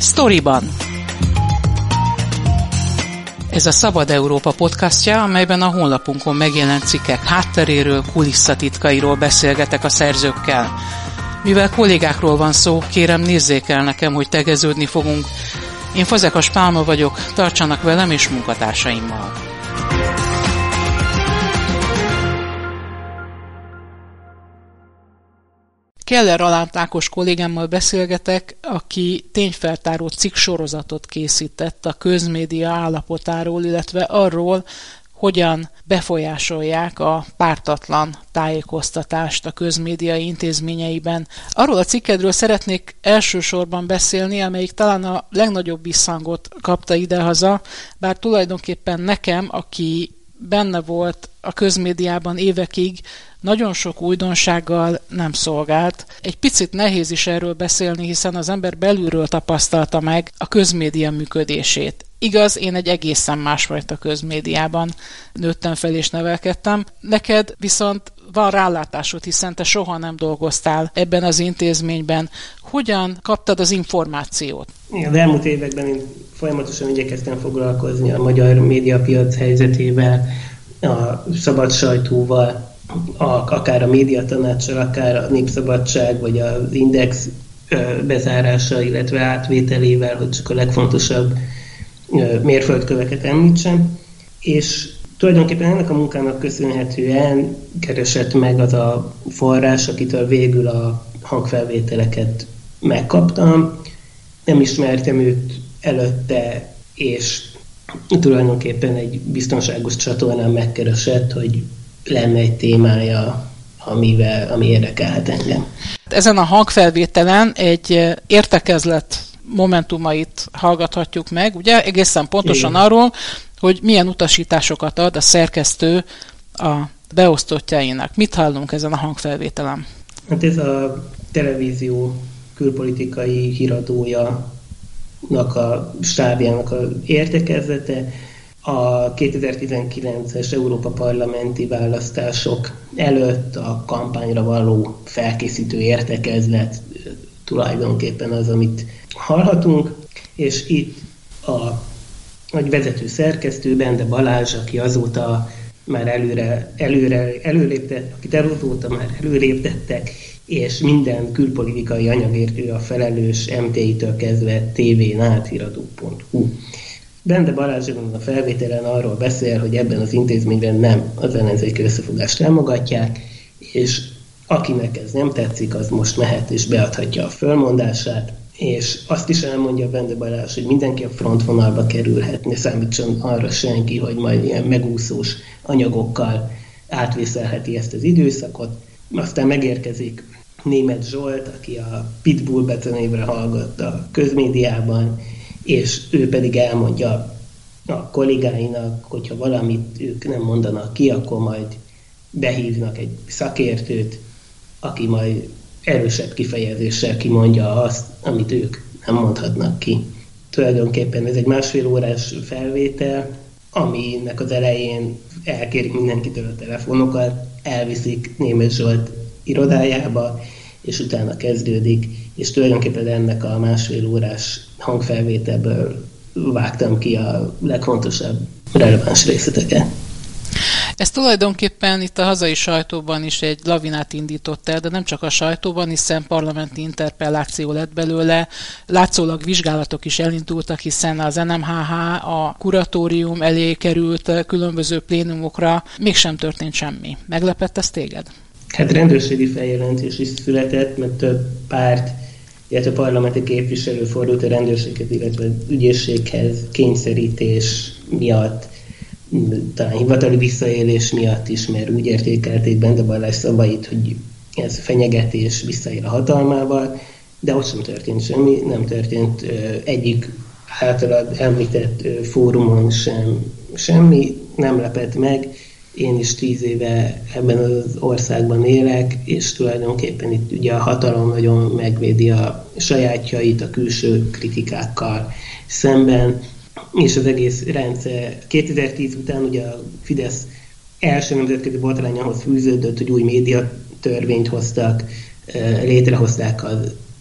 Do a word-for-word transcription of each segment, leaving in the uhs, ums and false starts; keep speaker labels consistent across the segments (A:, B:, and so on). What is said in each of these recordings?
A: Sztoriban. Ez a Szabad Európa podcastja, amelyben a honlapunkon megjelent cikkek hátteréről, kulisszatitkairól beszélgetek a szerzőkkel. Mivel kollégákról van szó, kérem nézzék el nekem, hogy tegeződni fogunk. Én Fazekas Pálma vagyok, tartsanak velem és munkatársaimmal. Keller Alánt Ákos kollégámmal beszélgetek, aki tényfeltáró cikksorozatot készített a közmédia állapotáról, illetve arról, hogyan befolyásolják a pártatlan tájékoztatást a közmédia intézményeiben. Arról a cikkedről szeretnék elsősorban beszélni, amelyik talán a legnagyobb visszhangot kapta idehaza, bár tulajdonképpen nekem, aki benne volt a közmédiában évekig, nagyon sok újdonsággal nem szolgált. Egy picit nehéz is erről beszélni, hiszen az ember belülről tapasztalta meg a közmédia működését. Igaz, én egy egészen másfajta közmédiában nőttem fel és nevelkedtem. Neked viszont van rálátásod, hiszen te soha nem dolgoztál ebben az intézményben. Hogyan kaptad az információt?
B: Az elmúlt években én folyamatosan igyekeztem foglalkozni a magyar médiapiac helyzetével, a szabad sajtóval, a, akár a médiatanácssal, akár a Népszabadság, vagy az Index bezárása, illetve átvételével, hogy csak a legfontosabb mérföldköveket említsem. És tulajdonképpen ennek a munkának köszönhetően keresett meg az a forrás, akitől végül a hangfelvételeket megkaptam. Nem ismertem őt előtte, és tulajdonképpen egy biztonságos csatornán megkeresett, hogy lenne egy témája, amivel, ami érdekelhet engem.
A: Ezen a hangfelvételen egy értekezlet momentumait hallgathatjuk meg, ugye egészen pontosan Igen. arról, hogy milyen utasításokat ad a szerkesztő a beosztottjainak. Mit hallunk ezen a hangfelvételen?
B: Hát ez a televízió külpolitikai híradójának a stábjának az értekezlete. A kétezer-tizenkilences Európa parlamenti választások előtt a kampányra való felkészítő értekezlet tulajdonképpen az, amit hallhatunk, és itt a nagy vezető szerkesztő, Bende Balázs, aki azóta már előre, előre előléptett, akit azóta már előléptettek, és minden külpolitikai anyagért ő a felelős, em té i-től kezdve tévén át híradó pont hu. Bende Balázs a felvételen arról beszél, hogy ebben az intézményben nem az ellenzéki összefogást támogatják, és akinek ez nem tetszik, az most mehet és beadhatja a fölmondását, és azt is elmondja Bende Balázs, hogy mindenki a frontvonalba kerülhet, ne számítson arra senki, hogy majd ilyen megúszós anyagokkal átvészelheti ezt az időszakot. Aztán megérkezik Németh Zsolt, aki a Pitbull becenévre hallgat a közmédiában, és ő pedig elmondja a kollégáinak, hogyha valamit ők nem mondanak ki, akkor majd behívnak egy szakértőt, aki majd erősebb kifejezéssel kimondja azt, amit ők nem mondhatnak ki. Tulajdonképpen ez egy másfél órás felvétel, aminek az elején elkérik mindenkitől a telefonokat, elviszik Németh Zsolt irodájába, és utána kezdődik, és tulajdonképpen ennek a másfél órás hangfelvételből vágtam ki a legfontosabb releváns részleteket.
A: Ez tulajdonképpen itt a hazai sajtóban is egy lavinát indított el, de nem csak a sajtóban, hiszen parlamenti interpelláció lett belőle, látszólag vizsgálatok is elindultak, hiszen az en em há há a kuratórium elé került különböző plénumokra, mégsem történt semmi. Meglepett ez téged?
B: Hát rendőrségi feljelentés is született, mert több párt, illetve parlamenti képviselő fordult a rendőrséghez, illetve ügyészséghez kényszerítés miatt, talán hivatali visszaélés miatt is, mert úgy értékelték Bende Balázs szavait, hogy ez fenyegetés, visszaél a hatalmával, de ott sem történt semmi, nem történt egyik általad említett fórumon sem semmi, nem lepett meg. Én is tíz éve ebben az országban élek, és tulajdonképpen itt ugye a hatalom nagyon megvédi a sajátjait a külső kritikákkal szemben, és az egész rendszer kétezer-tíz után ugye a Fidesz első nemzetközi botrányához fűződött, hogy új médiatörvényt hoztak, létrehozták az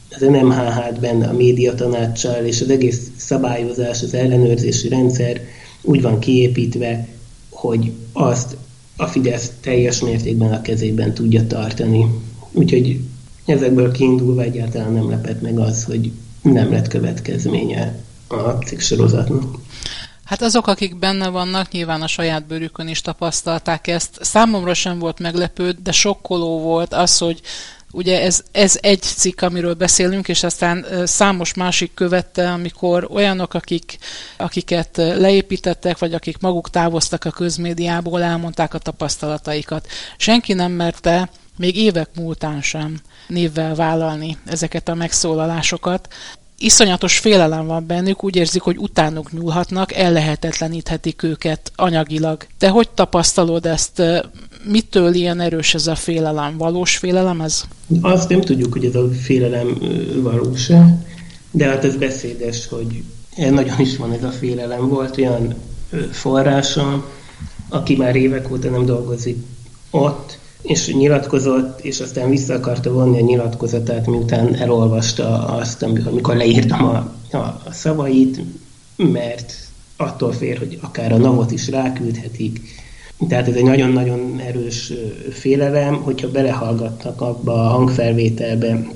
B: az en em há há-ben a médiatanácssal, és az egész szabályozás, az ellenőrzési rendszer úgy van kiépítve, hogy azt a Fidesz teljes mértékben a kezében tudja tartani. Úgyhogy ezekből kiindulva egyáltalán nem lepett meg az, hogy nem lett következménye a cikksorozatnak.
A: Hát azok, akik benne vannak, nyilván a saját bőrükön is tapasztalták ezt. Számomra sem volt meglepő, de sokkoló volt az, hogy ugye ez, ez egy cikk, amiről beszélünk, és aztán számos másik követte, amikor olyanok, akik, akiket leépítettek, vagy akik maguk távoztak a közmédiából, elmondták a tapasztalataikat. Senki nem merte, még évek múltán sem névvel vállalni ezeket a megszólalásokat. Iszonyatos félelem van bennük, úgy érzik, hogy utánuk nyúlhatnak, ellehetetleníthetik őket anyagilag. Te hogy tapasztalod ezt? Mitől ilyen erős ez a félelem? Valós félelem ez?
B: Azt nem tudjuk, hogy ez a félelem valós-e, de hát ez beszédes, hogy nagyon is van ez a félelem. Volt olyan forrásom, aki már évek óta nem dolgozik ott, és nyilatkozott, és aztán vissza akarta vonni a nyilatkozatát, miután elolvasta azt, amikor leírtam a, a, a szavait, mert attól fér, hogy akár a navot is ráküldhetik. Tehát ez egy nagyon-nagyon erős félelem, hogyha belehallgatnak abba a hangfelvételbe,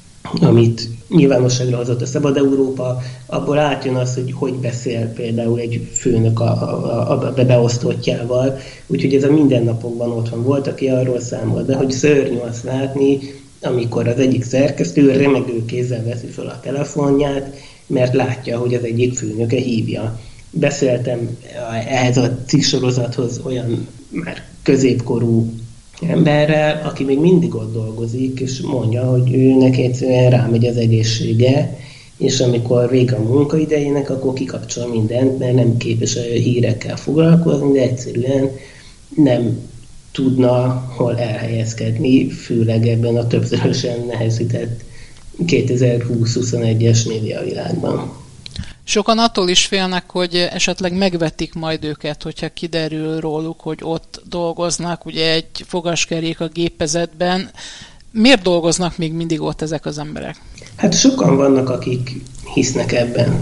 B: amit nyilvánosságra hozott a Szabad Európa, abból átjön az, hogy hogy beszél például egy főnök a, a, a beosztottjával, úgyhogy ez a mindennapokban ott van. Volt, aki arról számol be, hogy szörnyű azt látni, amikor az egyik szerkesztő remegő kézzel veszi fel a telefonját, mert látja, hogy az egyik főnöke hívja. Beszéltem ehhez a cikksorozathoz olyan már középkorú emberrel, aki még mindig ott dolgozik, és mondja, hogy ő neki egyszerűen rámegy az egészsége, és amikor vége a munkaidejének, akkor kikapcsol mindent, mert nem képes a hírekkel foglalkozni, de egyszerűen nem tudna hol elhelyezkedni, főleg ebben a többszörösen nehezített kétezer-húsz-huszonegyes médiavilágban.
A: Sokan attól is félnek, hogy esetleg megvetik majd őket, hogyha kiderül róluk, hogy ott dolgoznak, ugye egy fogaskerék a gépezetben. Miért dolgoznak még mindig ott ezek az emberek?
B: Hát sokan vannak, akik hisznek ebben.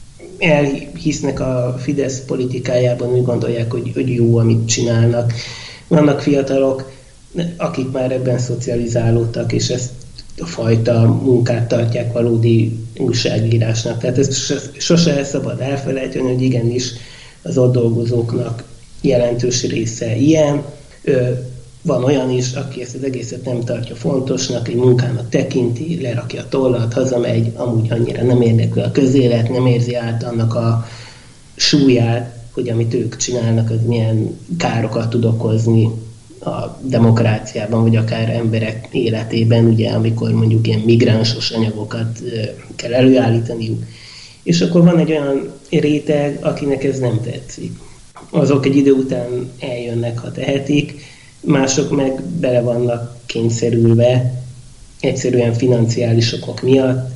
B: Elhisznek a Fidesz politikájában, úgy gondolják, hogy, hogy jó, amit csinálnak. Vannak fiatalok, akik már ebben szocializálódtak, és ezt a fajta munkát tartják valódi újságírásnak. Tehát ezt sose szabad elfelejteni, hogy igenis az ott dolgozóknak jelentős része ilyen. Van olyan is, aki ezt az egészet nem tartja fontosnak, egy munkának tekinti, lerakja a tollat, hazamegy, amúgy annyira nem érdekli a közélet, nem érzi át annak a súlyát, hogy amit ők csinálnak, az milyen károkat tud okozni a demokráciában, vagy akár emberek életében, ugye, amikor mondjuk ilyen migránsos anyagokat kell előállítaniuk. És akkor van egy olyan réteg, akinek ez nem tetszik. Azok egy idő után eljönnek, ha tehetik, mások meg bele vannak kényszerülve egyszerűen financiális okok miatt,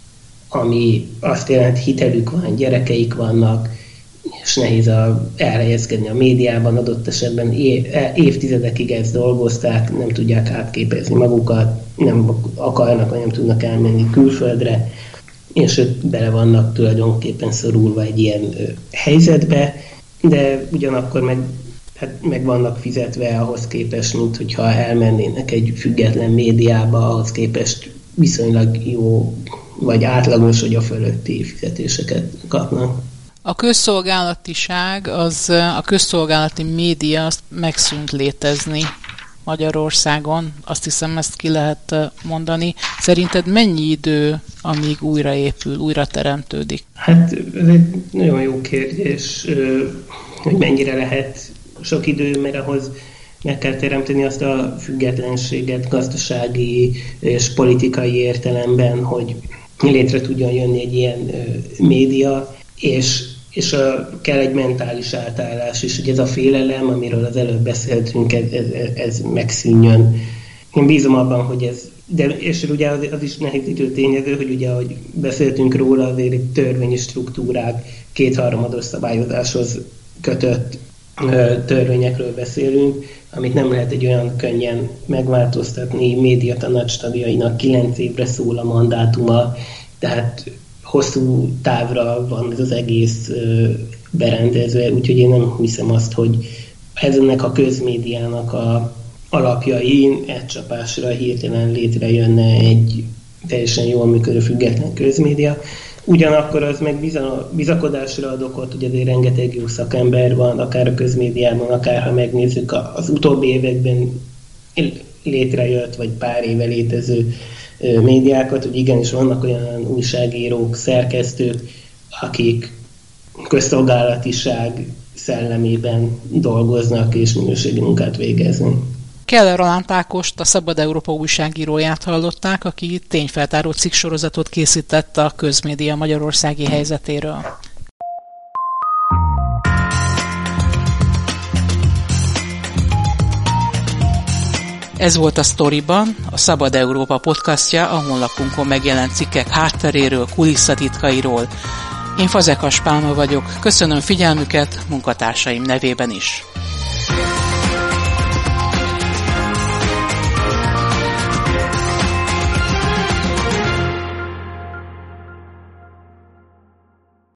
B: ami azt jelenti, hitelük van, gyerekeik vannak, és nehéz a, elhelyezkedni a médiában, adott esetben év, évtizedekig ezt dolgozták, nem tudják átképezni magukat, nem akarnak, vagy nem tudnak elmenni külföldre, és ők bele vannak tulajdonképpen szorulva egy ilyen ö, helyzetbe, de ugyanakkor meg, hát meg vannak fizetve ahhoz képest, mint hogyha elmennének egy független médiába, ahhoz képest viszonylag jó, vagy átlagos, vagy a fölötti fizetéseket kapnak.
A: A közszolgálatiság, az, a közszolgálati média azt megszűnt létezni Magyarországon. Azt hiszem, ezt ki lehet mondani. Szerinted mennyi idő, amíg újraépül, újra teremtődik?
B: Hát ez egy nagyon jó kérdés, hogy mennyire lehet sok idő, mert ahhoz meg kell teremteni azt a függetlenséget gazdasági és politikai értelemben, hogy létre tudjon jönni egy ilyen média, és és a, kell egy mentális átállás is, hogy ez a félelem, amiről az előbb beszéltünk, ez, ez, ez megszűnjön. Én bízom abban, hogy ez, de, és ugye az, az is nehezítő tényező, hogy ugye, ahogy beszéltünk róla, azért egy törvényi struktúrák, kétharmados szabályozáshoz kötött ö, törvényekről beszélünk, amit nem lehet egy olyan könnyen megváltoztatni. Médiatanács tagjainak kilenc évre szól a mandátuma, tehát hosszú távra van ez az egész berendezve, úgyhogy én nem hiszem azt, hogy ennek a közmédiának a alapjain egy csapásra hirtelen létrejönne egy teljesen jól működő független közmédia. Ugyanakkor az meg bizakodásra ad okot, hogy azért rengeteg jó szakember van, akár a közmédiában, akár ha megnézzük az utóbbi években létrejött, vagy pár éve létező médiákat, hogy igenis vannak olyan újságírók, szerkesztők, akik közszolgálatiság szellemében dolgoznak és minőségi munkát végeznek.
A: Keller Roland Ákost, a Szabad Európa újságíróját hallották, aki tényfeltáró cikksorozatot készített a közmédia magyarországi helyzetéről. Ez volt a Sztoriban, a Szabad Európa podcastja, a honlapunkon megjelent cikkek hátteréről, kulisszatitkairól. Én Fazekas Pálma vagyok, köszönöm figyelmüket munkatársaim nevében is.